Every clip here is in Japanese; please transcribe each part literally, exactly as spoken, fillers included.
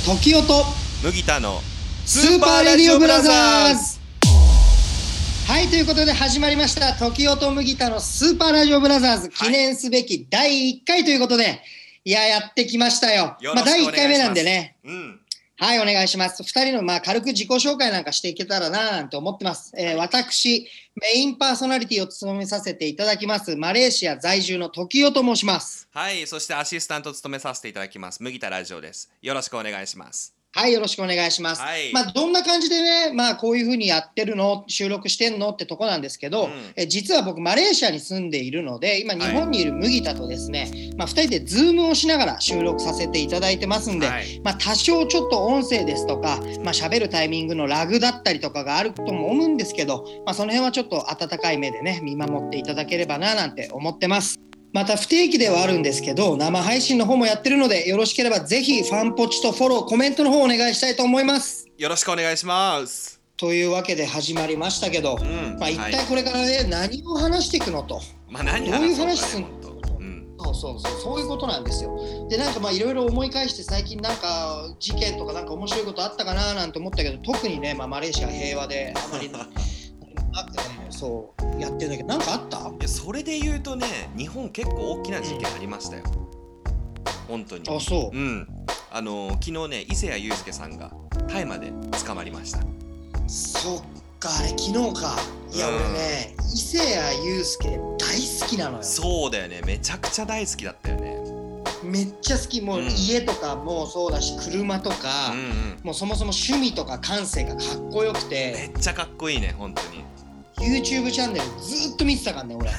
時代と麦田のスーパーレディオブラザーズ。はい、ということで始まりました時代と麦田のスーパーラジオブラザーズ、記念すべきだいいっかいということで、いややってきましたよ。 よろしくお願いします。 まあだいいっかいめなんでね、 うん、 はい、お願いします。ふたりのまあ軽く自己紹介なんかしていけたらななんて思ってます。えー、私メインパーソナリティを務めさせていただきますマレーシア在住の時代と申します。 はい、そしてアシスタントを務めさせていただきます麦田ラジオです。よろしくお願いします。 はい、よろしくお願いします。はい、まあどんな感じでね、まあこういう風にやってるの、収録してんのってとこなんですけど、うん、え実は僕マレーシアに住んでいるので、今日本にいる麦田とですね、はい、まあふたりでズームをしながら収録させていただいてますんで、はい、まあ多少ちょっと音声ですとか、まあ喋るタイミングのラグだったりとかがあるとも思うんですけど、まあその辺はちょっと温かい目でね見守っていただければななんて思ってます。また不定期ではあるんですけど生配信の方もやってるので、よろしければぜひファンポチとフォローコメントの方お願いしたいと思います。 よろしくお願いします。 というわけで始まりましたけど、うん、まあ一体これからね、はい、何を話していくのと、 まあ、何どういう話するのと、 うん、そうそうそうそういうことなんですよ。でなんかまあいろいろ思い返して最近なんか事件とかなんか面白いことあったかななんて思ったけど、特にね、まあ、マレーシア平和であまりなくてね、そうやってるんだけど、なんかあった？いやそれで言うとね、日本結構大きな事件ありましたよ、うん、本当に。 あ、そう、 うん、あの昨日ね伊勢谷友介さんが大麻で捕まりました。 そっか、あれ昨日か。いや、うん、俺ね伊勢谷友介大好きなのよ。 そうだよね、めちゃくちゃ大好きだったよね。 めっちゃ好き。もう家とかもそうだし、車とか、うんうん、もうそもそも趣味とか感性がかっこよくて、 めっちゃかっこいいね本当に。 YouTube チャンネルずっと見てたからね俺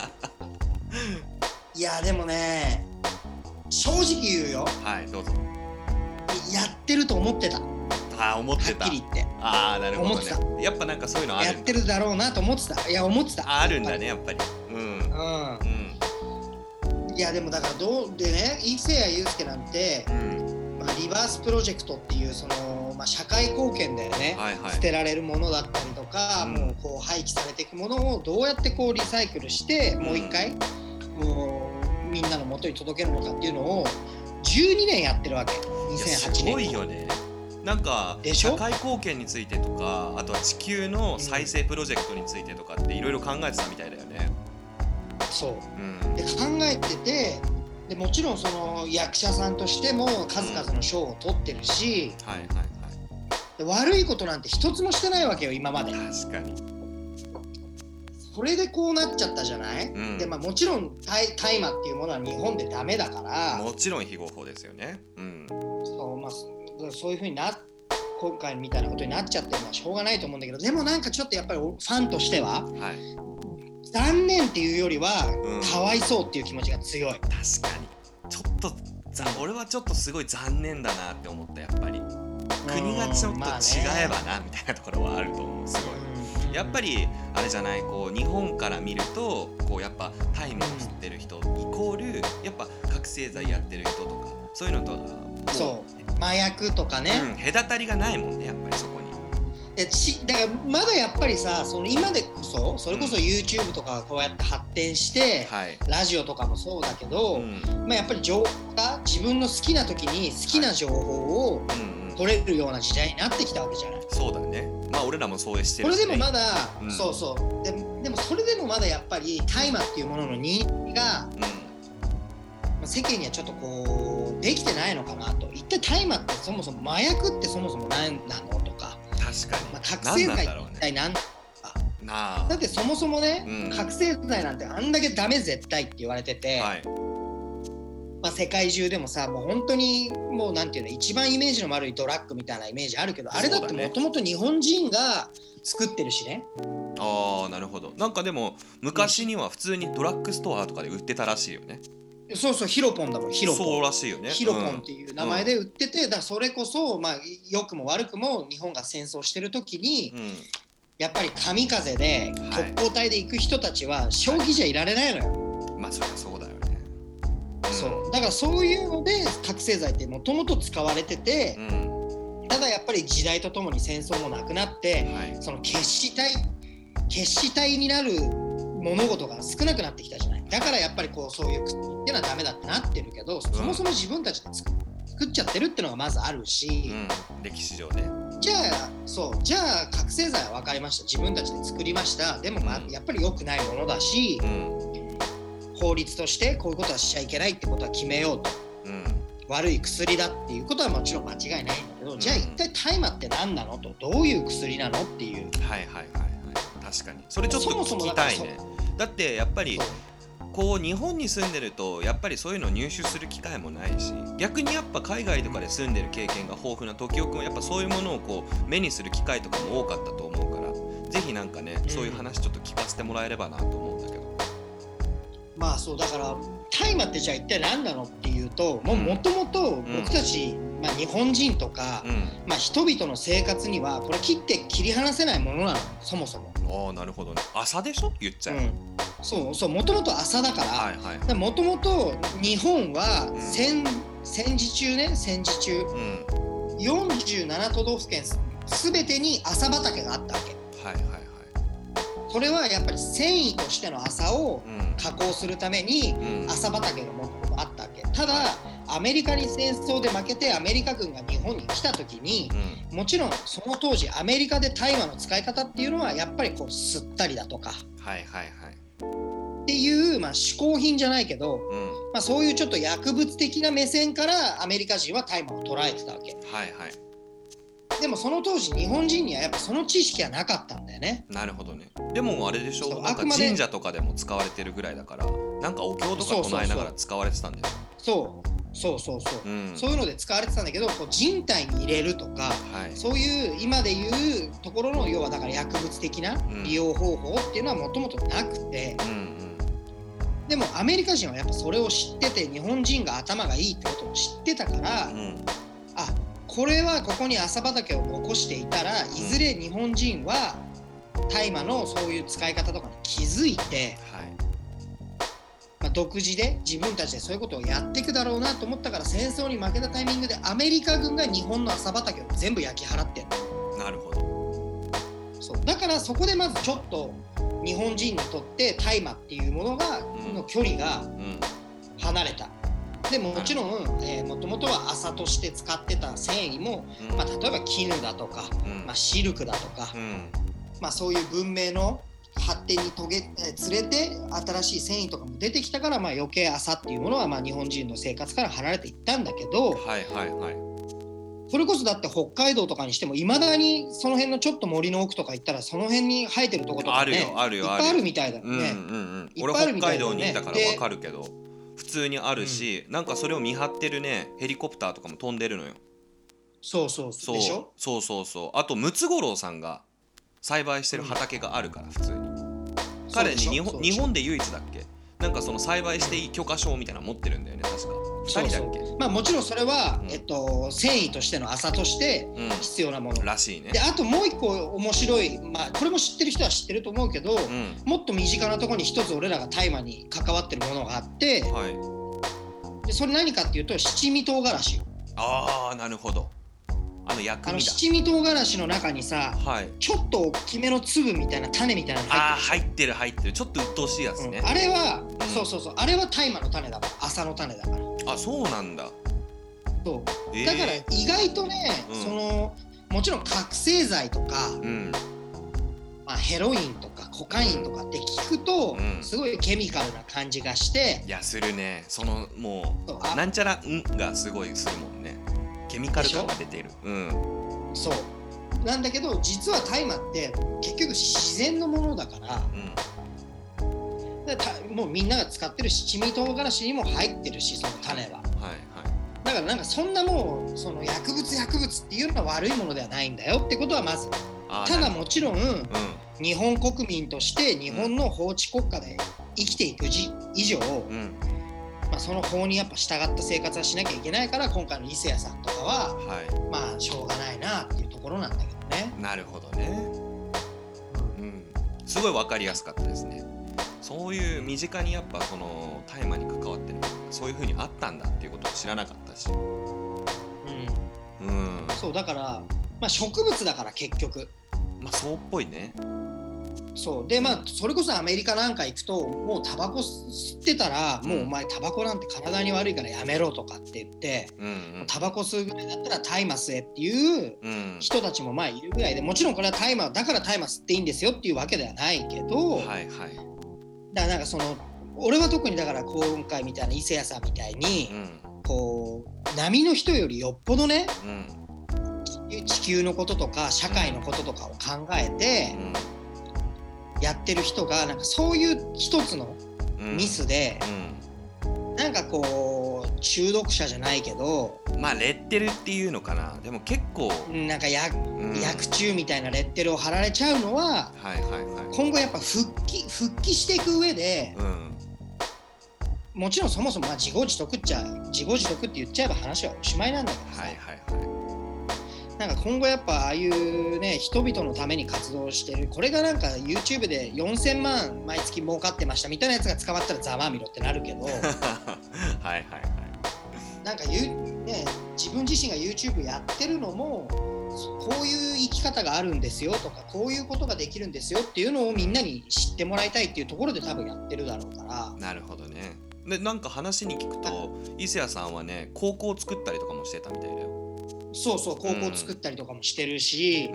いやでもね正直言うよ。 はい、どうぞ。 やってると思ってた。 ああ、思ってた。 はっきり言って。 ああ、なるほどね。 思ってた。 やっぱなんかそういうのあるんだ。 やってるだろうなと思ってた。いや思ってた。 あ, あるんだねやっぱり。うんうん、 うん、いやでもだからどうでね、伊勢谷友介なんて、うん、まあ、リバースプロジェクトっていうその、まあ、社会貢献だよね、はいはい、捨てられるものだったりとか、うん、もうこう廃棄されていくものをどうやってこうリサイクルして、うん、もう一回もうみんなの元に届けるのかっていうのをじゅうにねんやってるわけ。にせんはちねん。 すごいよね。なんか社会貢献についてとか、あとは地球の再生プロジェクトについてとかっていろいろ考えてたみたいだよね。 そう、うん、で考えてて、でもちろんその役者さんとしても数々の賞を取ってるし、うん、はいはいはい、で悪いことなんて一つもしてないわけよ今まで。 確かに。 それでこうなっちゃったじゃない、うん、でまあもちろん大麻っていうものは日本でダメだから、 もちろん非合法ですよね、うん、 そう、まあ、そういう風にな今回みたいなことになっちゃってるのはしょうがないと思うんだけど、でもなんかちょっとやっぱりファンとしては、はい、残念っていうよりは、うん、かわいそうっていう気持ちが強い。 確かにちょっと俺はちょっとすごい残念だなって思った。やっぱり国がちょっと違えばなみたいなところはあると思う。すごいやっぱりあれじゃない、こう日本から見るとこうやっぱ大麻を吸ってる人イコールやっぱ覚醒剤やってる人とかそういうのとそう麻薬とかね、 うん、隔たりがないもんねやっぱりそこに。 えちだからまだやっぱりさ、その今でこそそれこそ YouTube とかこうやって発展して、うん、ラジオとかもそうだけど、うん、まあ、やっぱり情報が自分の好きな時に好きな情報を取れるような時代になってきたわけじゃない。 そうだね。まあ俺らもそうしてるし、ね、 それでもまだ、うん、そうそうででもそれでもまだやっぱり大麻っていうものの認識が、うん、まあ、世間にはちょっとこうできてないのかなと。一体大麻ってそもそも麻薬ってそもそも何なのとか、 確かに、 まあ、覚醒剤って一体何なのかな。だってそもそもね、うん、覚醒剤なんてあんだけダメ絶対って言われてて、はい、まあ、世界中でもさ、もう本当にもうなんていうの、一番イメージの悪いドラッグみたいなイメージあるけど、あれだってもともと日本人が作ってるしね。 ああ、なるほど。なんかでも昔には普通にドラッグストアとかで売ってたらしいよね。 そうそう、ヒロポンだもん。ヒロポン。 そうらしいよね。 ヒロポンっていう名前で売ってて、うん、だからそれこそ、まあ、良くも悪くも日本が戦争してる時に、うん、やっぱり神風で特攻隊で行く人たちは正気じゃいられないのよ、 はい、まあそりゃそうだよね、 うん、そうだからそういうので覚醒剤ってもともと使われてて、うん、ただやっぱり時代とともに戦争もなくなって、はい、その決死隊決死隊になる物事が少なくなってきたじゃない。だからやっぱりこうそういうっていうのはダメだってなってるけど、そもそも自分たちで作作っちゃってるっていうのがまずあるし、 うん、歴史上ね。 じゃあそうじゃあ覚醒剤は分かりました、自分たちで作りました、でも、まあうん、やっぱり良くないものだし、うん、法律としてこういうことはしちゃいけないってことは決めようと、うん、悪い薬だっていうことはもちろん間違いないんだけど、うん、じゃあ一体大麻って何なのと、どういう薬なのっていう。 はいはいはいはい、確かにそれちょっと聞きたいね。だってやっぱりこう日本に住んでるとやっぱりそういうのを入手する機会もないし、逆にやっぱ海外とかで住んでる経験が豊富な時生くんはやっぱそういうものをこう目にする機会とかも多かったと思うから、ぜひなんかね、うん、そういう話ちょっと聞かせてもらえればなと思うんだけど。 まあそうだから大麻ってじゃあ一体何なのっていうと、もともと僕たち、うんまあ、日本人とか、うんまあ、人々の生活にはこれ切って切り離せないものなの、そもそも。 ああなるほどね。朝でしょ言っちゃう、うん、 そうそう、もともと朝だからもともと日本は戦、うん、戦時中ね戦時中、うん、よんじゅうなな都道府県すべてに朝畑があったわけ。はいはいはい。それはやっぱり繊維としての朝を加工するために朝畑がもともとあったわけ。ただアメリカに戦争で負けてアメリカ軍が日本に来た時に、うん、もちろんその当時アメリカで大麻の使い方っていうのはやっぱりこう吸ったりだとか、はいはいはい、っていう、まあ、嗜好品じゃないけど、うんまあ、そういうちょっと薬物的な目線からアメリカ人は大麻を捉えてたわけ。はいはい。でもその当時日本人にはやっぱその知識はなかったんだよね。 なるほどね。でもあれでしょ、なんか神社とかでも使われてるぐらいだから、なんかお経とか唱えながら使われてたんだよね。 そうそうそうそう、うん、そういうので使われてたんだけど、こう人体に入れるとか、はい、そういう今でいうところの要はだから薬物的な利用方法っていうのはもともとなくて、うんうん、でもアメリカ人はやっぱそれを知ってて、日本人が頭がいいってことを知ってたから、うん、あこれはここに朝畑を残していたらいずれ日本人は大麻のそういう使い方とかに気づいて、はいまあ、独自で自分たちでそういうことをやっていくだろうなと思ったから、戦争に負けたタイミングでアメリカ軍が日本の朝畑を全部焼き払ってんの。 なるほど。 そうだからそこでまずちょっと日本人にとって大麻っていうものが、うん、の距離が離れた。でもちろん、えー、もともとは麻として使ってた繊維も、うんまあ、例えば絹だとか、うんまあ、シルクだとか、うんまあ、そういう文明の発展に遂げ連れて新しい繊維とかも出てきたから、まあ、余計麻っていうものはまあ日本人の生活から離れていったんだけど、はいはいはい、それこそだって北海道とかにしてもいまだにその辺のちょっと森の奥とか行ったらその辺に生えてるところとかね、あるよあるよいっぱいあるみたいだよね、うんうんうん、 俺北海道にいたから分かるけど普通にあるし、うん、なんかそれを見張ってるねヘリコプターとかも飛んでるのよ。 そうそうそうでしょ。 そうそうそう。あとムツゴロウさんが栽培してる畑があるから、普通に彼に日本、日本で唯一だっけ、なんかその栽培していい許可証みたいなの持ってるんだよね確か。ふたりだっけ。 そうそう、まあもちろんそれは、うんえっと、繊維としての麻として必要なもの、うん、 らしいね。 であともう一個面白い、まあこれも知ってる人は知ってると思うけど、うん、もっと身近なところに一つ俺らが大麻に関わってるものがあって、はい、でそれ何かっていうと七味唐辛子。 ああなるほど。あの薬味だ。あの七味唐辛子の中にさ、はい、ちょっと大きめの粒みたいな種みたいなの入ってる。ああ入ってる入ってる。ちょっと鬱陶しいやつね、 うん、あれは、うん、そうそうそう、あれは大麻の種だから、麻の種だから。 あそうなんだ。 そう、えー、だから意外とね、うん、そのもちろん覚醒剤とか、うんまあ、ヘロインとかコカインとかって聞くと、うん、すごいケミカルな感じがして、 いやするね。そのもうなんちゃらんがすごいするもんね。ケミカル感が出ている、うん、 そうなんだけど実は大麻って結局自然のものだから、うん、だからもうみんなが使ってる七味唐辛子にも入ってるし、その種は、はいはい、だからなんかそんなもうその薬物薬物っていうのは悪いものではないんだよってことはまず。ただもちろん、うん、日本国民として日本の法治国家で生きていく以上、うんまあ、その法にやっぱ従った生活はしなきゃいけないから、今回の伊勢谷さんとかは、はい、まあしょうがないなっていうところなんだけどね。 なるほどね、うん、すごい分かりやすかったですね。そういう身近にやっぱその大麻に関わってる、そういう風にあったんだっていうことを知らなかったし、 うん、うん、そうだから、まあ、植物だから結局、 まあそうっぽいね。 そうでまあそれこそアメリカなんか行くともうタバコ吸ってたら、うん、もうお前タバコなんて体に悪いからやめろとかって言って、うんうん、タバコ吸うぐらいだったら大麻吸えっていう人たちもまあいるぐらいで、もちろんこれは大麻だから大麻吸っていいんですよっていうわけではないけど、はいはい、だからなんかその俺は特にだから今回みたいな伊勢谷さんみたいに、うん、こう波の人よりよっぽどね、うん、地球のこととか社会のこととかを考えて、うん、やってる人がなんかそういう一つのミスで、うんうん、なんかこう中毒者じゃないけどまあレッテルっていうのかな、でも結構なんかや、うん、薬中みたいなレッテルを貼られちゃうのは、はいはいはい、今後やっぱ復帰復帰していく上で、うん、もちろんそもそもまあ自業自得っちゃ自業自得って言っちゃえば話はおしまいなんだけどさ、はいはいはい、なんか今後やっぱああいうね人々のために活動してる、これがなんか YouTube でよんせんまん毎月儲かってましたみたいなやつが捕まったらざまあみろってなるけどはいはいはいなんかゆ、ね、自分自身が YouTube やってるのもこういう生き方があるんですよとかこういうことができるんですよっていうのをみんなに知ってもらいたいっていうところで多分やってるだろうから。 なるほどね。でなんか話に聞くと伊勢谷さんはね高校を作ったりとかもしてたみたいだよ。 そうそう高校を作ったりとかもしてるし、うん、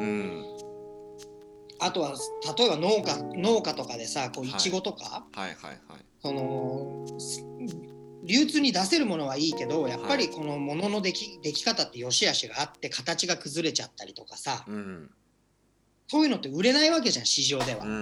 あとは例えば農家農家とかでさこういちごとか、はい、はいはいはいその流通に出せるものはいいけどやっぱりこのものの出来、出来方って良し悪しがあって形が崩れちゃったりとかさ、うん、そういうのって売れないわけじゃん市場では、うんうん、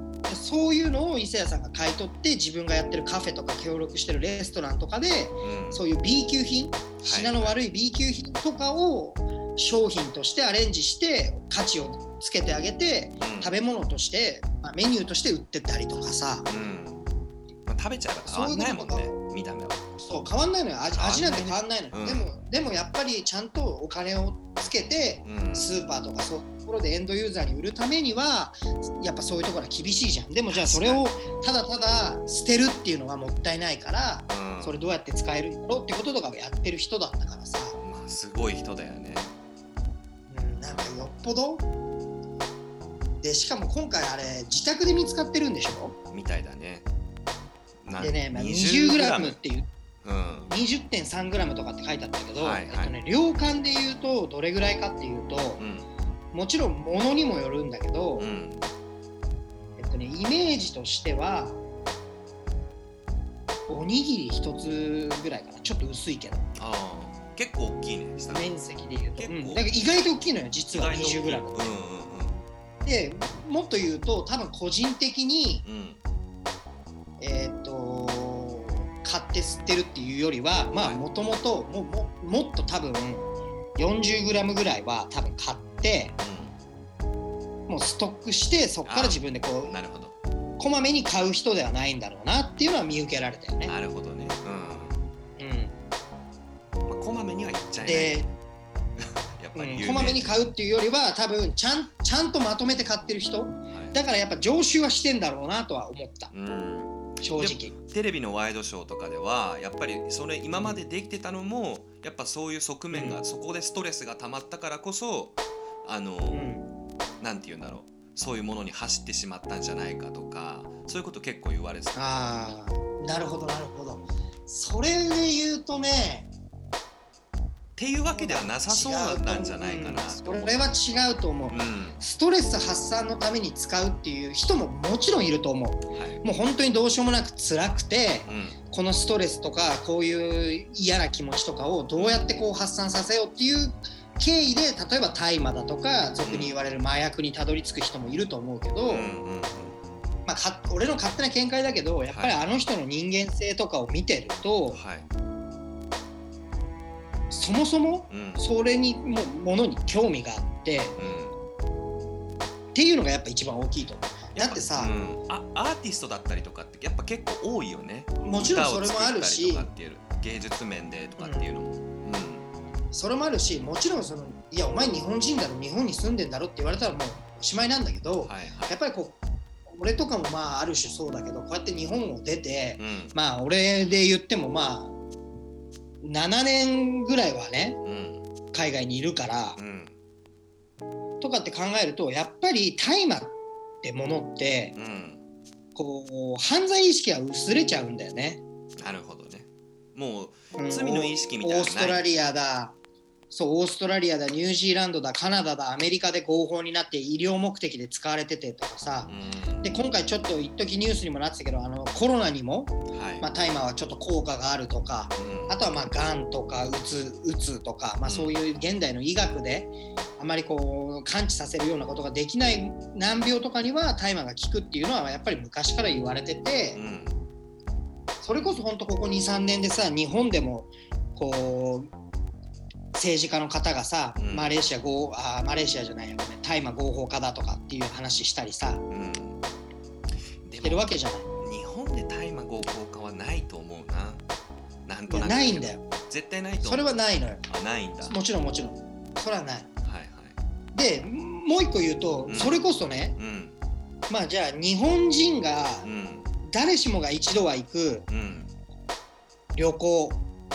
でそういうのを伊勢谷さんが買い取って自分がやってるカフェとか協力してるレストランとかで、うん、そういう B 級品品の悪い B 級品とかを商品としてアレンジして価値をつけてあげて、うん、食べ物として、まあ、メニューとして売ってたりとかさ、うんまあ、食べちゃえば変わんないもんね見た目は。 そう変わんないのよ 味, 味なんて変わんないのよ、うん、でもでもやっぱりちゃんとお金をつけて、うん、スーパーとかそういうところでエンドユーザーに売るためにはやっぱそういうところは厳しいじゃん。でもじゃあそれをただただ捨てるっていうのはもったいないから、うん、それどうやって使えるんだろうってこととかをやってる人だったからさ、 まあ、すごい人だよね、 うん、なんかよっぽどでしかも今回あれ自宅で見つかってるんでしょみたいだね。 でね、まあ、にじゅうグラム っていう、うん、にじゅってんさんグラム とかって書いてあったけど、はいはいえっとね、量感で言うとどれぐらいかっていうと、うん、もちろん物にもよるんだけど、うんえっとね、イメージとしてはおにぎり一つぐらいかな、ちょっと薄いけど。 あ結構大きいね面積で言うと、うん、だから意外と大きいのよ実は にじゅうグラム、うんうんうん、でもっと言うと多分個人的に、うんえー、と買って吸ってるっていうよりはまあもともともっと多分 よんじゅうグラム ぐらいは多分買って、うん、もうストックしてそこから自分でこうなるほどこまめに買う人ではないんだろうなっていうのは見受けられたよね。 なるほどね、うんうんまあ、こまめにはいっちゃえないでやっぱり、 うん、こまめに買うっていうよりは多分ちゃん、ちゃんとまとめて買ってる人、はい、だからやっぱ常習はしてんだろうなとは思った、うん正直。 テレビのワイドショーとかではやっぱりそれ今までできてたのもやっぱそういう側面が、うん、そこでストレスが溜まったからこそあの、うん、なんて言うんだろうそういうものに走ってしまったんじゃないかとかそういうこと結構言われてた。 あーなるほどなるほど。それで言うとねっていうわけではなさそうなんじゃないかなと思う。 それは違うと思う、うん、ストレス発散のために使うっていう人ももちろんいると思う、はい、もう本当にどうしようもなく辛くて、うん、このストレスとかこういう嫌な気持ちとかをどうやってこう発散させようっていう経緯で例えば大麻だとか俗に言われる麻薬にたどり着く人もいると思うけど、うんうんうんまあ、か俺の勝手な見解だけどやっぱりあの人の人間性とかを見てると、はいそもそもそれにもものに興味があって、うん、っていうのがやっぱ一番大きいと思う。だってさ、うん、 あアーティストだったりとかってやっぱ結構多いよね。 もちろんそれもあるし芸術面でとかっていうのも、うんうん、 それもあるしもちろんそのいやお前日本人だろ日本に住んでんだろって言われたらもうおしまいなんだけど、はいはい、やっぱりこう俺とかもまあある種そうだけどこうやって日本を出て、うん、まあ俺で言ってもまあななねんぐらいはね、うん、海外にいるから、うん、とかって考えるとやっぱり大麻っってものって、 うん、 こう犯罪意識は薄れちゃうんだよね。 なるほどね。もう罪の意識みたいなのない、 オーストラリアだそうオーストラリアだニュージーランドだカナダだアメリカで合法になって医療目的で使われててとかさ、うん、で今回ちょっと一時ニュースにもなってたけどあのコロナにも、はいまあ、大麻はちょっと効果があるとか、うん、あとはまあがんとかうつ、うつとか、まあ、そういう現代の医学であまりこう感知させるようなことができない難病とかには大麻が効くっていうのはやっぱり昔から言われてて、うん、それこそ本当ここ にさんねんでさ日本でもこう政治家の方がさ、うん、マレーシア合あマレーシアじゃないよね大麻合法化だとかっていう話したりさ、うん、してるわけじゃない。 日本で大麻合法化はないと思うな。なんとなくないんだよ。 絶対ないと思う。 それはないのよ。 あないんだ。 もちろんもちろんそれはない。はいはい。 でもう一個言うと、うん、それこそね、うん、まあじゃあ日本人が、うん、誰しもが一度は行く、うん、旅行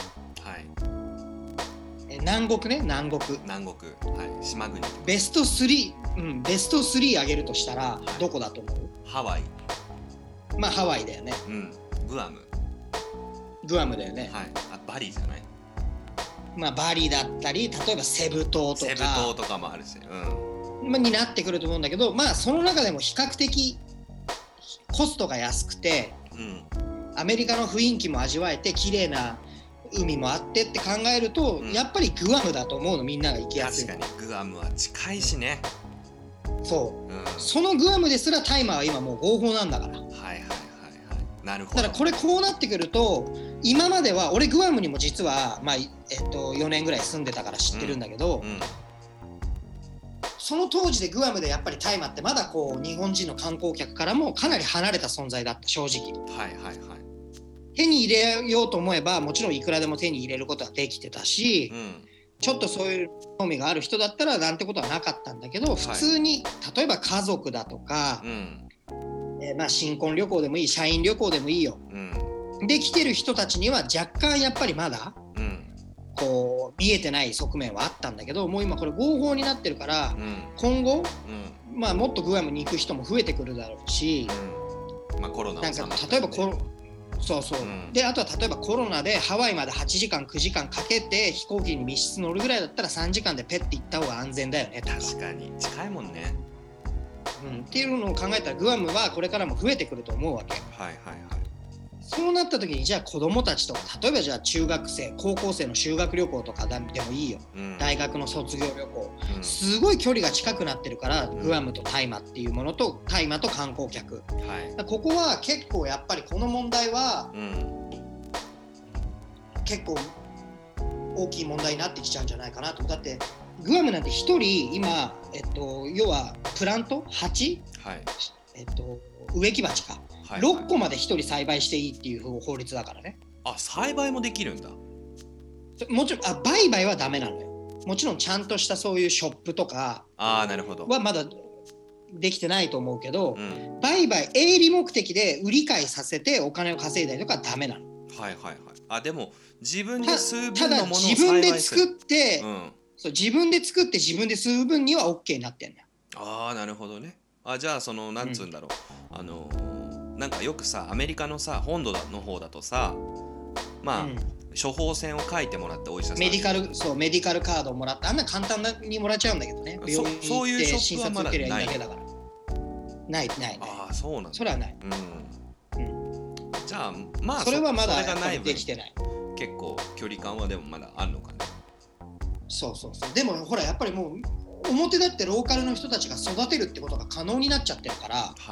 南国ね南国南国はい島国ベストスリー、うん、ベストスリー上げるとしたら、はい、どこだと思う？ ハワイ。 まあハワイだよね。 うんグアムグアムだよね。 はいあバリじゃない。 まあバリだったり例えばセブ島とかセブ島とかもあるし、 うん、まあになってくると思うんだけどまあその中でも比較的コストが安くて、うん、アメリカの雰囲気も味わえて綺麗な海もあってって考えると、うん、やっぱりグアムだと思うのみんなが行きやすい。 確かにグアムは近いしね。 そう、うん、そのグアムですら大麻は今もう合法なんだから。はいはいはいはいなるほど。 だからこれこうなってくると今までは俺グアムにも実は、まあえっと、よねんぐらい住んでたから知ってるんだけど、うんうん、その当時でグアムでやっぱり大麻ってまだこう日本人の観光客からもかなり離れた存在だった正直。 はいはいはい手に入れようと思えばもちろんいくらでも手に入れることはできてたし、うん、ちょっとそういう興味がある人だったらなんてことはなかったんだけど、はい、普通に例えば家族だとか、うんえー、まあ新婚旅行でもいい社員旅行でもいいよ、うん、で来てる人たちには若干やっぱりまだ、うん、こう見えてない側面はあったんだけどもう今これ合法になってるから、うん、今後、うんまあ、もっとグアムに行く人も増えてくるだろうし、 うんまあ、コロナなんか例えばコロそうそう、うん、であとは例えばコロナでハワイまではちじかんくじかんかけて飛行機に密室乗るぐらいだったらさんじかんでペッて行った方が安全だよね。 確かに近いもんね、 うん、っていうのを考えたらグアムはこれからも増えてくると思うわけ。 はいはいはい。 そうなった時にじゃあ子供たちとか例えばじゃあ中学生高校生の修学旅行とかでもいいよ、うん、大学の卒業旅行、うん、すごい距離が近くなってるから、うん、グアムと大麻っていうものと大麻と観光客、はい、ここは結構やっぱりこの問題は、うん、結構大きい問題になってきちゃうんじゃないかなと。だってグアムなんてひとり今、えっと、要はプラント蜂、はいえっと、植木鉢かはいはい、ろっこまでひとり栽培していいっていう法律だからね。 あ、栽培もできるんだ。 もちろんあ売買はダメなのよ。もちろんちゃんとしたそういうショップとかあーなるほどはまだできてないと思うけど、うん、売買営利目的で売り買いさせてお金を稼いだりとかはダメなの。 はいはいはい。あでも自分で数分のものを栽培する。ただ自分で作って、うん、そう自分で作って自分で吸う分には OK になってんだよ。 ああなるほどね。あじゃあそのなんつうんだろう、うん、あのなんかよくさアメリカのさ本土の方だとさまあ、うん、処方箋を書いてもらってお医者さんメディカルそうメディカルカードをもらってあんな簡単にもらっちゃうんだけどね。病院そういうショップはまだない。 診察受けりゃいいだけだから。ないないない。 ああそうなんだ。 それはない。 うん。うん、じゃあまあそれはまだそれがない分できてない。 結構距離感はでもまだあるのかね。 そうそうそう。でもほらやっぱりもう表だってローカルの人たちが育てるってことが可能になっちゃってるから。はい。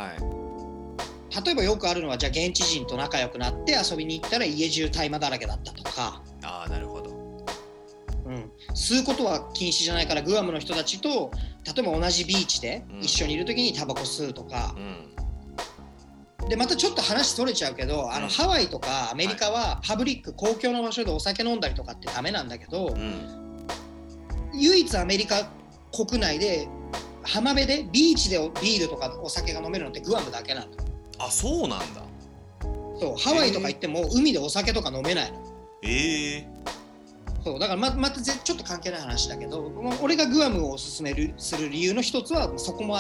例えばよくあるのはじゃあ現地人と仲良くなって遊びに行ったら家中大麻だらけだったとか。 ああなるほど、 うん、吸うことは禁止じゃないからグアムの人たちと例えば同じビーチで一緒にいる時にタバコ吸うとか、うん、でまたちょっと話取れちゃうけどあの、うん、ハワイとかアメリカはパブリック、はい、公共の場所でお酒飲んだりとかってダメなんだけど、うん、唯一アメリカ国内で浜辺でビーチでビールとかお酒が飲めるのってグアムだけなんだ。 あそうなんだ。 そうハワイとか行っても海でお酒とか飲めないの。 ええー、 そうだから ま, またちょっと関係ない話だけど俺がグアムをおすすめする理由の一つはそこもあるの。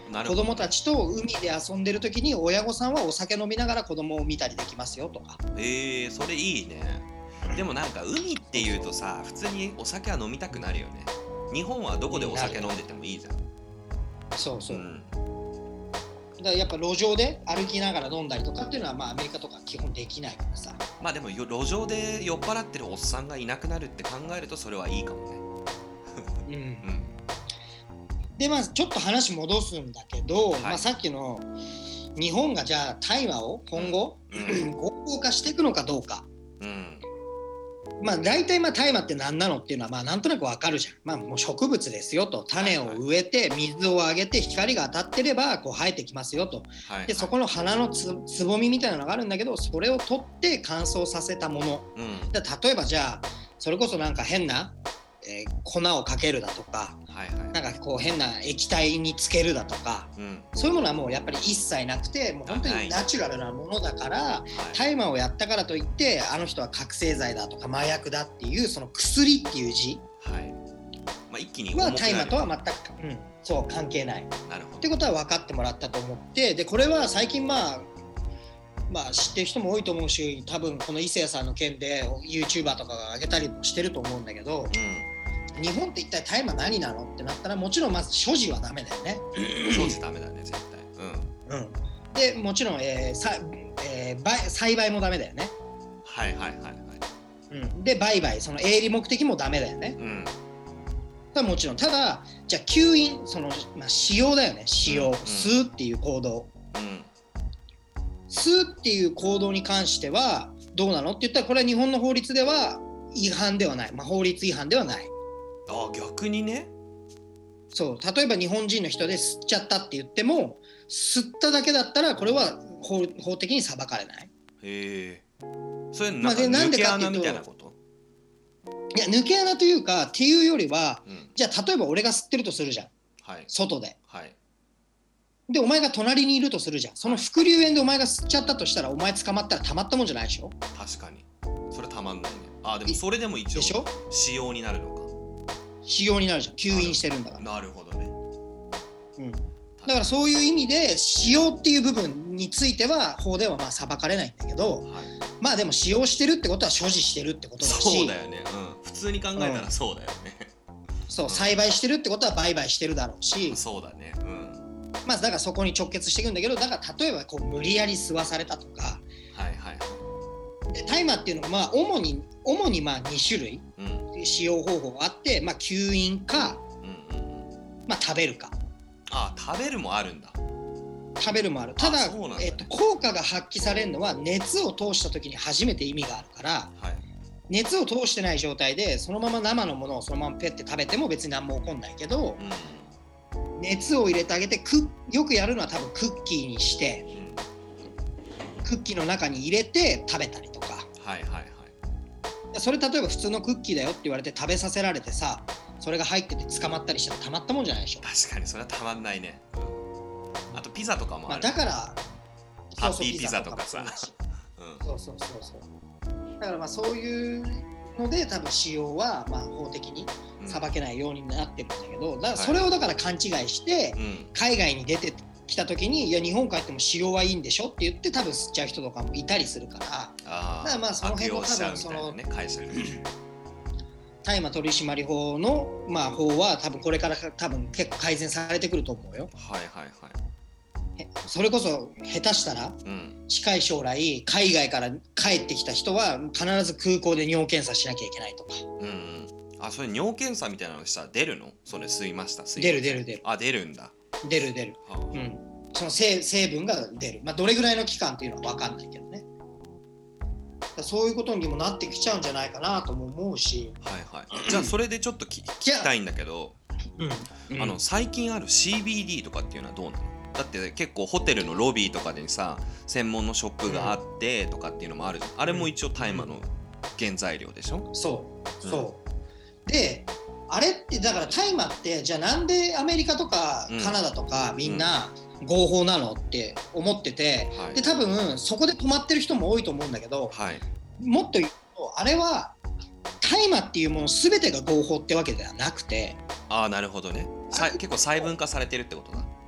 子供たちと海で遊んでる時に親御さんはお酒飲みながら子供を見たりできますよとか。 えー、それいいね。でもなんか海っていうとさ、普通にお酒は飲みたくなるよね。日本はどこでお酒飲んでてもいいじゃん。 そうそう、うん、だからやっぱ路上で歩きながら飲んだりとかっていうのはまあアメリカとか基本できないからさ。 まあでも路上で酔っ払ってるおっさんがいなくなるって考えるとそれはいいかもね。 うん、うん、でまあちょっと話戻すんだけど、はい、まあ、さっきの日本がじゃあ大麻を今後、うん、合法化していくのかどうか、うん、まあ大体まあ大麻って何なのっていうのはまあなんとなくわかるじゃん。まあもう植物ですよと、種を植えて水をあげて光が当たってればこう生えてきますよと、はいはい、でそこの花の つ, つぼみみたいなのがあるんだけど、それを取って乾燥させたもの、うん、で例えばじゃあそれこそなんか変なえー、粉をかけるだとか、はいはい、なんかこう変な液体につけるだとか、うん、そういうものはもうやっぱり一切なくて、もう本当にナチュラルなものだから、大麻をやったからといってあの人は覚醒剤だとか麻薬だっていうその薬っていう字、はい、まあ、一気に重くなるは大麻とは全く、うん、そう関係ない。なるほどってことは分かってもらったと思って、でこれは最近まあまあ知ってる人も多いと思うし、多分この伊勢谷さんの件で YouTuber とかが上げたりもしてると思うんだけど、うん、日本って一体大麻何なのってなったら、もちろんまず所持はダメだよね。 所持ダメだね絶対。 うん、うん、でもちろん、えーさえー、栽培もダメだよね。 はいはいはいはい、 うん、で売買、その営利目的もダメだよね。うん、それはもちろん。ただじゃあ吸引、その、まあ、使用だよね。使用、うん、吸うっていう行動、うん、吸うっていう行動に関してはどうなのって言ったら、これは日本の法律では違反ではない、まあ、法律違反ではない。 あ、逆にね。 そう、例えば日本人の人で吸っちゃったって言っても、吸っただけだったらこれは 法, 法的に裁かれない。 へえ。それなんか抜け穴みたいなこと？ いや、抜け穴というかっていうよりは、うん、じゃあ例えば俺が吸ってるとするじゃん、はい、外で、はい、でお前が隣にいるとするじゃん。その副流煙でお前が吸っちゃったとしたら、お前捕まったらたまったもんじゃないでしょ。 確かにそれたまんないね。あ、でもそれでも一応使用になるのか。 使用になるじゃん、吸引してるんだから。 なるほどね、 うん、だからそういう意味で使用っていう部分については法ではまあ裁かれないんだけど、はい、まあでも使用してるってことは所持してるってことだし。 そうだよね、うん、普通に考えたらそうだよね、 うん、そう、栽培してるってことは売買してるだろうし。 そうだね、うん、 まあだからそこに直結していくんだけど、だから例えばこう無理やり吸わされたとか、はいはいはい、で大麻っていうのがまあ主に主にまあに種類、うん、使用方法があって、まあ吸引か、うんうんうん、まあ食べるか。 あ、食べるもあるんだ。 食べるもある。ただ、ね、えっと、効果が発揮されるのは熱を通した時に初めて意味があるから、はい、熱を通してない状態でそのまま生のものをそのままペッて食べても別に何も起こんないけど、うん、熱を入れてあげて、クよくやるのは多分クッキーにして、うん、クッキーの中に入れて食べたりとか、はいはいはい、それ例えば普通のクッキーだよって言われて食べさせられてさ、それが入ってて捕まったりしたらたまったもんじゃないでしょ。 確かにそれはたまんないね。あとピザとかもある、 まあ、だからハッピーピザとかさ、 うん、そうそうそうそう。だからまあそういうので多分使用はまあ法的に裁けないようになってるんだけど、だからそれをだから勘違いして海外に出てきた時に、いや日本帰っても使用はいいんでしょって言って多分吸っちゃう人とかもいたりするから、 あ、 だからまあその辺も多分その会社に大麻取締法のまあ法は多分これから多分結構改善されてくると思うよ。 はいはいはい。 それこそ下手したら、うん、近い将来海外から帰ってきた人は必ず空港で尿検査しなきゃいけないとか、うんうん、 あ、それ尿検査みたいなのしたら出るの？それ吸いました吸いました出る出る出る。 あ、出るんだ。 出る出る、はあ、うん、その 成, 成分が出る。まあどれぐらいの期間っていうのは分かんないけどね。そういうことにもなってきちゃうんじゃないかなとも思うし、 はいはい、じゃあそれでちょっと聞きたいんだけど、うんうん、あの最近ある シービーディー とかっていうのはどうなの？だって結構ホテルのロビーとかでさ専門のショップがあってとかっていうのもあるじゃん。あれも一応大麻の原材料でしょ？ そうそう、うん、であれってだから大麻ってじゃあなんでアメリカとかカナダとかみんな合法なのって思ってて、うん、で多分そこで止まってる人も多いと思うんだけど、はい、もっと言うとあれは大麻っていうもの全てが合法ってわけではなくて。 ああ、なるほどね。結構細分化されてるってことだ。 そ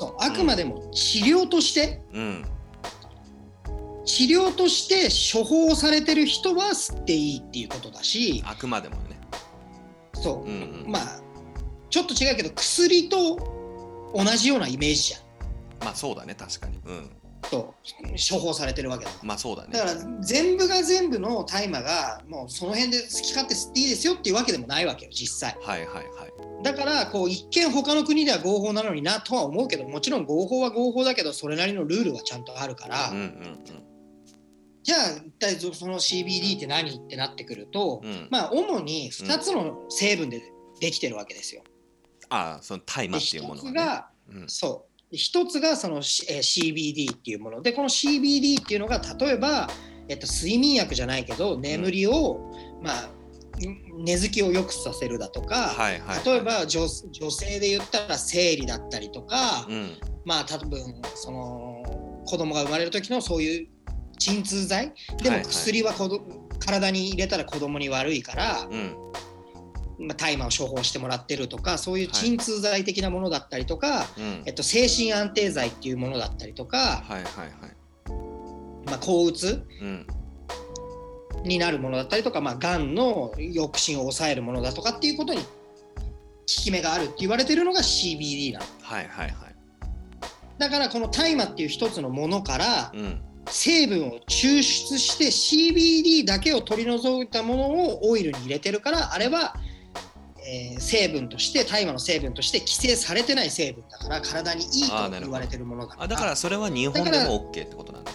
そうあくまでも治療として、 うん、 治療として処方されてる人は吸っていいっていうことだし、 あくまでもね。 そう、 うんうん、 まあちょっと違うけど薬と同じようなイメージじゃん。 まあそうだね、確かに。うん。 と処方されてるわけだから。 まあそうだね。 だから全部が全部の大麻がもうその辺で好き勝手吸っていいですよっていうわけでもないわけよ実際。 はいはいはい。 だからこう一見他の国では合法なのになとは思うけど、もちろん合法は合法だけどそれなりのルールはちゃんとあるから、 うんうんうん、 じゃあ一体その シービーディー って何ってなってくると、うん、まあ主にふたつの成分でできてるわけですよ。 うん、ああ、その大麻っていうものが、ね、 一つが、うん、そう一つがその シービーディー っていうもので、この シービーディー っていうのが例えば、えっと、睡眠薬じゃないけど眠りを、うん、まあ寝つきを良くさせるだとか、はいはいはい、例えば 女, 女性で言ったら生理だったりとか、うん、まあ多分その子供が生まれる時のそういう鎮痛剤でも薬はこど、はいはい、体に入れたら子供に悪いから、うんまあ、大麻を処方してもらってるとか、そういう鎮痛剤的なものだったりとか、はいえっと、精神安定剤っていうものだったりとか、はいはいはいまあ、抗うつ、うんになるものだったりとか、まあ、がんの抑進を抑えるものだとかっていうことに効き目があるって言われてるのが シービーディー なの。はいはいはい。だからこの大麻っていう一つのものから成分を抽出して シービーディー だけを取り除いたものをオイルに入れてるから、あれは、えー、成分として大麻の成分として規制されてない成分だから体にいいと言われてるものだから。 あ、だからそれは日本でも OK ってことなんだ。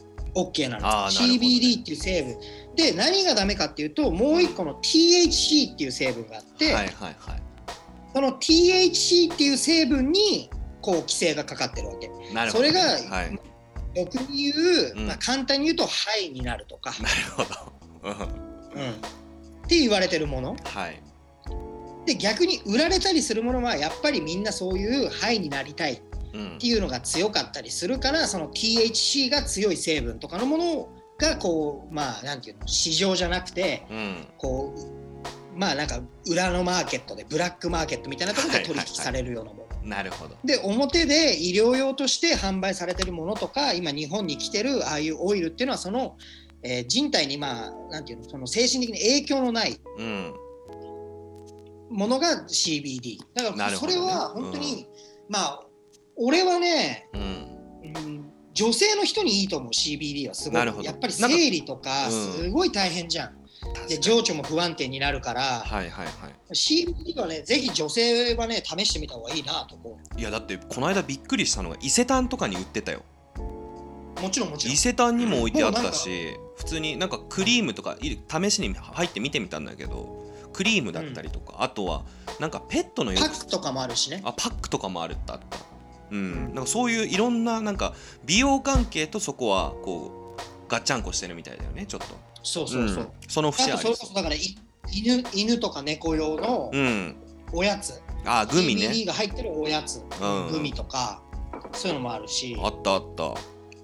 OK なんです。シービーディー っていう成分で、何がダメかっていうと、もう一個の ティーエイチシー っていう成分があって、はいはいはい、その ティーエイチシー っていう成分にこう規制がかかってるわけ。なるほど、ね、それが、はい、僕に言う、うんまあ、簡単に言うとハイになるとか、なるほど、うん、って言われてるもの、はい、で逆に売られたりするものはやっぱりみんなそういうハイになりたいっていうのが強かったりするから、その ティーエイチシー が強い成分とかのものがこうまあなんていうの、市場じゃなくて、うん、こうまあなんか裏のマーケットでブラックマーケットみたいなところで取引されるようなもの、はいはいはい、なるほど。で表で医療用として販売されてるものとか、今日本に来てるああいうオイルっていうのはその、えー、人体にまあなんていうの、その精神的に影響のないものが シービーディー だからそれは本当に、ねうん、まあ俺はね、うんうん、女性の人にいいと思う。 シービーディー はすごいやっぱり生理とかすごい大変じゃん、うん、で情緒も不安定になるから、はいはいはい、シービーディー はねぜひ女性はね試してみた方がいいなと思う。 いやだってこの間びっくりしたのが伊勢丹とかに売ってたよ。 もちろんもちろん伊勢丹にも置いてあったし、普通になんかクリームとか試しに入って見てみたんだけど、クリームだったりとか、うん、あとはなんかペットのパックとかもあるしね。 あパックとかもあるってあった。うん、なんかそういういろんななんか美容関係とそこはこうガッチャンコしてるみたいだよねちょっと。 そうそうそう、うん、 その節ありそう。 それこそだから犬、犬とか猫用のおやつ、うん、 あグミね、 シービーディーが入ってるおやつ、うん、グミとかそういうのもあるし。 あったあった。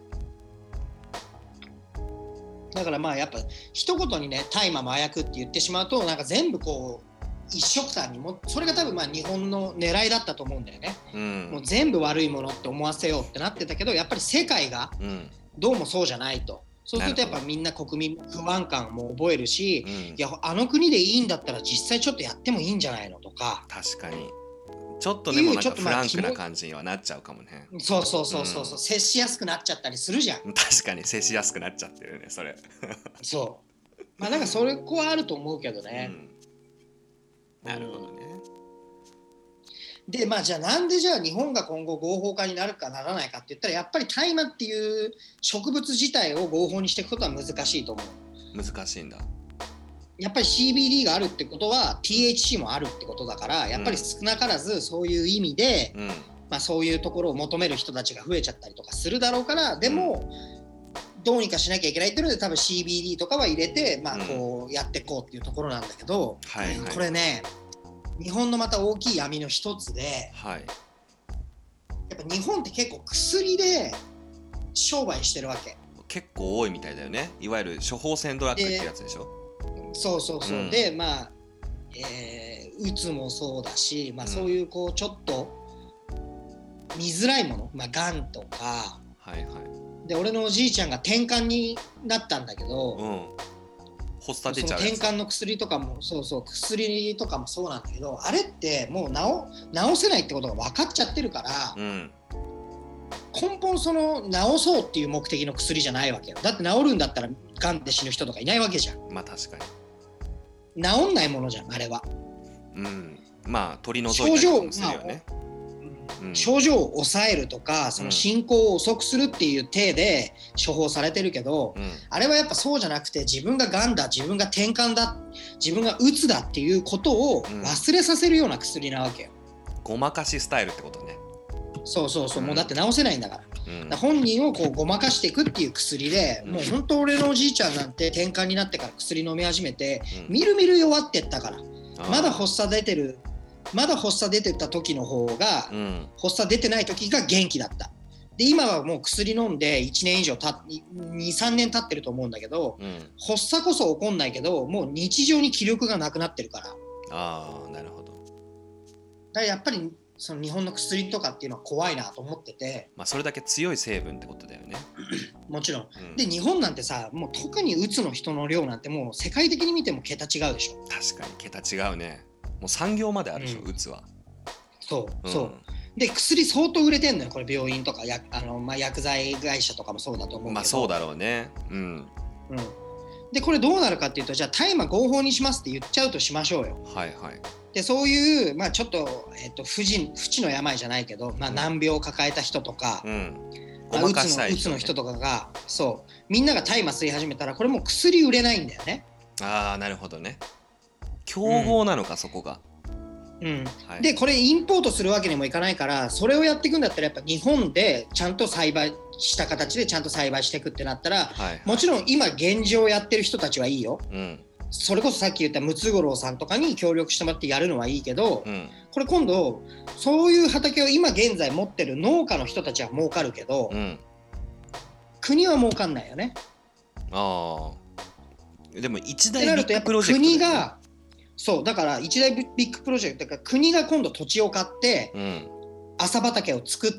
だからまあやっぱ一言にね大麻麻薬って言ってしまうとなんか全部こう一色単にも、それが多分まあ日本の狙いだったと思うんだよね、うん、もう全部悪いものって思わせようってなってたけど、やっぱり世界がどうもそうじゃないと、うん、そうするとやっぱみんな国民不安感も覚えるし、うん、いやあの国でいいんだったら実際ちょっとやってもいいんじゃないのとか。 確かにちょっとでもなんかフランクな感じにはなっちゃうかもね。 そうそうそうそうそう、うん、接しやすくなっちゃったりするじゃん。 確かに接しやすくなっちゃってるねそれそうまあなんかそれこはあると思うけどね、 うん、なるほどね。 でまあじゃあなんでじゃあ日本が今後合法化になるかならないかって言ったら、やっぱり大麻っていう植物自体を合法にしていくことは難しいと思う。 難しいんだ。 やっぱり シービーディー があるってことは ティーエイチシー もあるってことだから、やっぱり少なからずそういう意味で、うんまあ、そういうところを求める人たちが増えちゃったりとかするだろうから、でも、うん、どうにかしなきゃいけないっていうので多分 シービーディー とかは入れて、まあ、こうやっていこうっていうところなんだけど、うんはいはい、これね日本のまた大きい闇の一つで、はい、やっぱ日本って結構薬で商売してるわけ。 結構多いみたいだよね。いわゆる処方箋ドラッグってやつでしょ。 そうそうそう、うん、でまあ、えー、うつもそうだし、まあ、そういうこうちょっと見づらいもの、まあ、がんとか、 はいはい、 で俺のおじいちゃんが転換になったんだけど、 うん、発作出ちゃうやつ。 その転換の薬とかもそうそう薬とかもそうなんだけど、あれってもう治, 治せないってことが分かっちゃってるから、うん、根本その治そうっていう目的の薬じゃないわけよ。だって治るんだったらがんで死ぬ人とかいないわけじゃん。 まあ確かに治んないものじゃんあれは。 うん、まあ取り除いたりとかもするよね。 うん、症状を抑えるとかその進行を遅くするっていう体で処方されてるけど、うん、あれはやっぱそうじゃなくて、自分ががんだ、自分が転換だ、自分がうつだっていうことを忘れさせるような薬なわけよ、 うん、ごまかしスタイルってことね。 そうそうそう、うん、もうだって治せないんだから、うん、だから本人をこうごまかしていくっていう薬で、うん、もう本当俺のおじいちゃんなんて転換になってから薬飲み始めて、うん、みるみる弱ってったから、まだ発作出てるまだ発作出てた時の方が、うん、発作出てない時が元気だった。で今はもう薬飲んでいちねん以上たにさんねん経ってると思うんだけど、うん、発作こそ起こんないけどもう日常に気力がなくなってるから。 ああなるほど。 だからやっぱりその日本の薬とかっていうのは怖いなと思ってて、 まあそれだけ強い成分ってことだよねもちろん、うん、で日本なんてさ、もう特にうつの人の量なんてもう世界的に見ても桁違うでしょ。 確かに桁違うね。もう産業まであるでしょ、うん、うつは。 そう、うん、そうで薬相当売れてんのよこれ、病院とかやあの、まあ、薬剤会社とかもそうだと思うけど。 まあそうだろうね。うん、 うん、でこれどうなるかっていうと、じゃあ大麻合法にしますって言っちゃうとしましょうよ。 はいはい。 でそういう、まあ、ちょっと、えっと、不治不治の病じゃないけど、まあ、難病を抱えた人とか、うん、まあ、うつの、うつの人とかがそうみんなが大麻吸い始めたらこれもう薬売れないんだよね。 ああなるほどね。競合なのか、うん、そこが。 うんはい、でこれインポートするわけにもいかないから、それをやっていくんだったらやっぱ日本でちゃんと栽培した形でちゃんと栽培していくってなったら、はいはい、もちろん今現状やってる人たちはいいよ、うん、それこそさっき言ったムツゴロウさんとかに協力してもらってやるのはいいけど、うん、これ今度そういう畑を今現在持ってる農家の人たちは儲かるけど、うん、国は儲かんないよね。 ああでも一大ビッグプロジェクト、 国がそうだから一大ビッグプロジェクトだから国が今度土地を買って、うん、朝畑を作って、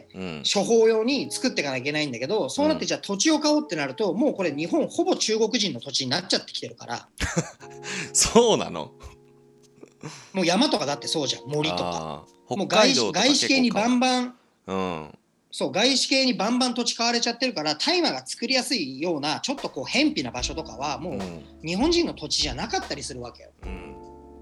うん、処方用に作っていかなきゃいけないんだけど、そうなってじゃあ土地を買おうってなると、もうこれ日本ほぼ中国人の土地になっちゃってきてるからそうなの。 もう山とかだってそうじゃん、森とかもう外資、外資系にバンバン、うん、そう外資系にバンバン土地買われちゃってるから、大麻が作りやすいようなちょっとこう偏僻な場所とかはもう日本人の土地じゃなかったりするわけよ、うん、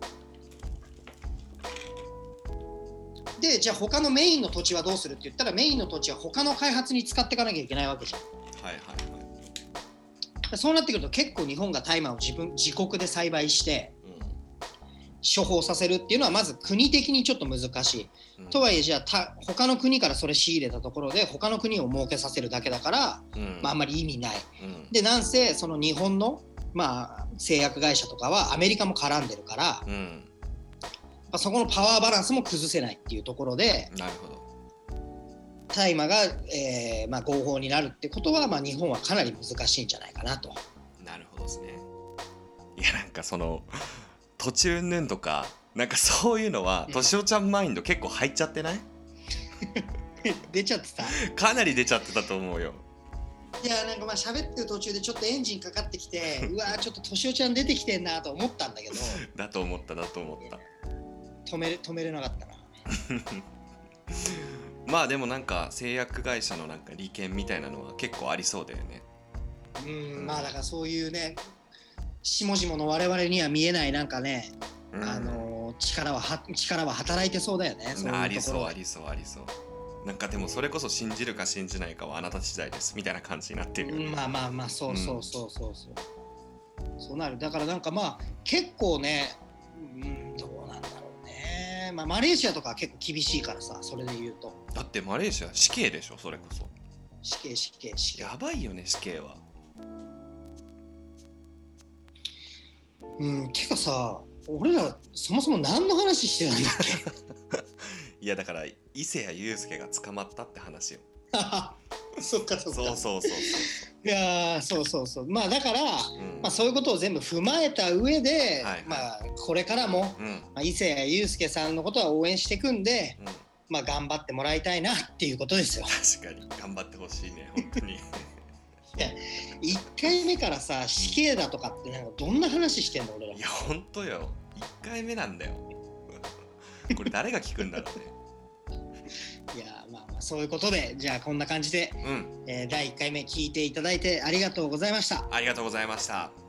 でじゃあ他のメインの土地はどうするって言ったら、メインの土地は他の開発に使っていかなきゃいけないわけじゃん。はいはいはい。そうなってくると結構日本が大麻を自分自国で栽培して、うん、処方させるっていうのはまず国的にちょっと難しい、うん、とはいえじゃあた他の国からそれ仕入れたところで他の国を儲けさせるだけだから、うんまあ、あんまり意味ない、うん、でなんせその日本の、まあ、製薬会社とかはアメリカも絡んでるから、うんそこのパワーバランスも崩せないっていうところで、なるほど大麻が、えーまあ、合法になるってことは、まあ、日本はかなり難しいんじゃないかなと。 なるほどですね。いやなんかその土地云々とかなんかそういうのはとしおちゃんマインド結構入っちゃってない？ 出ちゃってた。 かなり出ちゃってたと思うよ。 いやなんかまあ喋ってる途中でちょっとエンジンかかってきてうわーちょっととしおちゃん出てきてんなと思ったんだけどだと思っただと思った止めれ、止めれなかったなまあでもなんか製薬会社のなんか利権みたいなのは結構ありそうだよね。 うん、うん、まあだからそういうね下々の我々には見えないなんかね、うん、あの力はは力は働いてそうだよね。そういうところありそうありそうありそう。なんかでもそれこそ信じるか信じないかはあなた次第ですみたいな感じになってるよね、 うん、まあまあまあそうそうそうそうそう、うん、そうなる。だからなんかまあ結構ね、うん、どうなんだろうね。まあマレーシアとかは結構厳しいからさ、それで言うと。 だってマレーシア死刑でしょ、それこそ。 死刑死刑死刑。 やばいよね死刑は。 うん、てかさ、俺らそもそも何の話してたんだっけいやだから伊勢谷友介が捕まったって話よそっかそっか。 そうそうそうそう。 いやそうそうそう。まあだから、うんまあ、そういうことを全部踏まえた上で、はいはい、まあこれからも、うんまあ、伊勢谷友介さんのことは応援していくんで、うんまあ、頑張ってもらいたいなっていうことですよ。 確かに頑張ってほしいね本当に。いやいっかいめからさ死刑だとかってなんかどんな話してんの俺ら。 いや本当よいっかいめなんだよこれ誰が聞くんだろうね。 いやまあまあそういうことでじゃあこんな感じで、 うんえー、だいいっかいめ聞いていただいてありがとうございました。 ありがとうございました。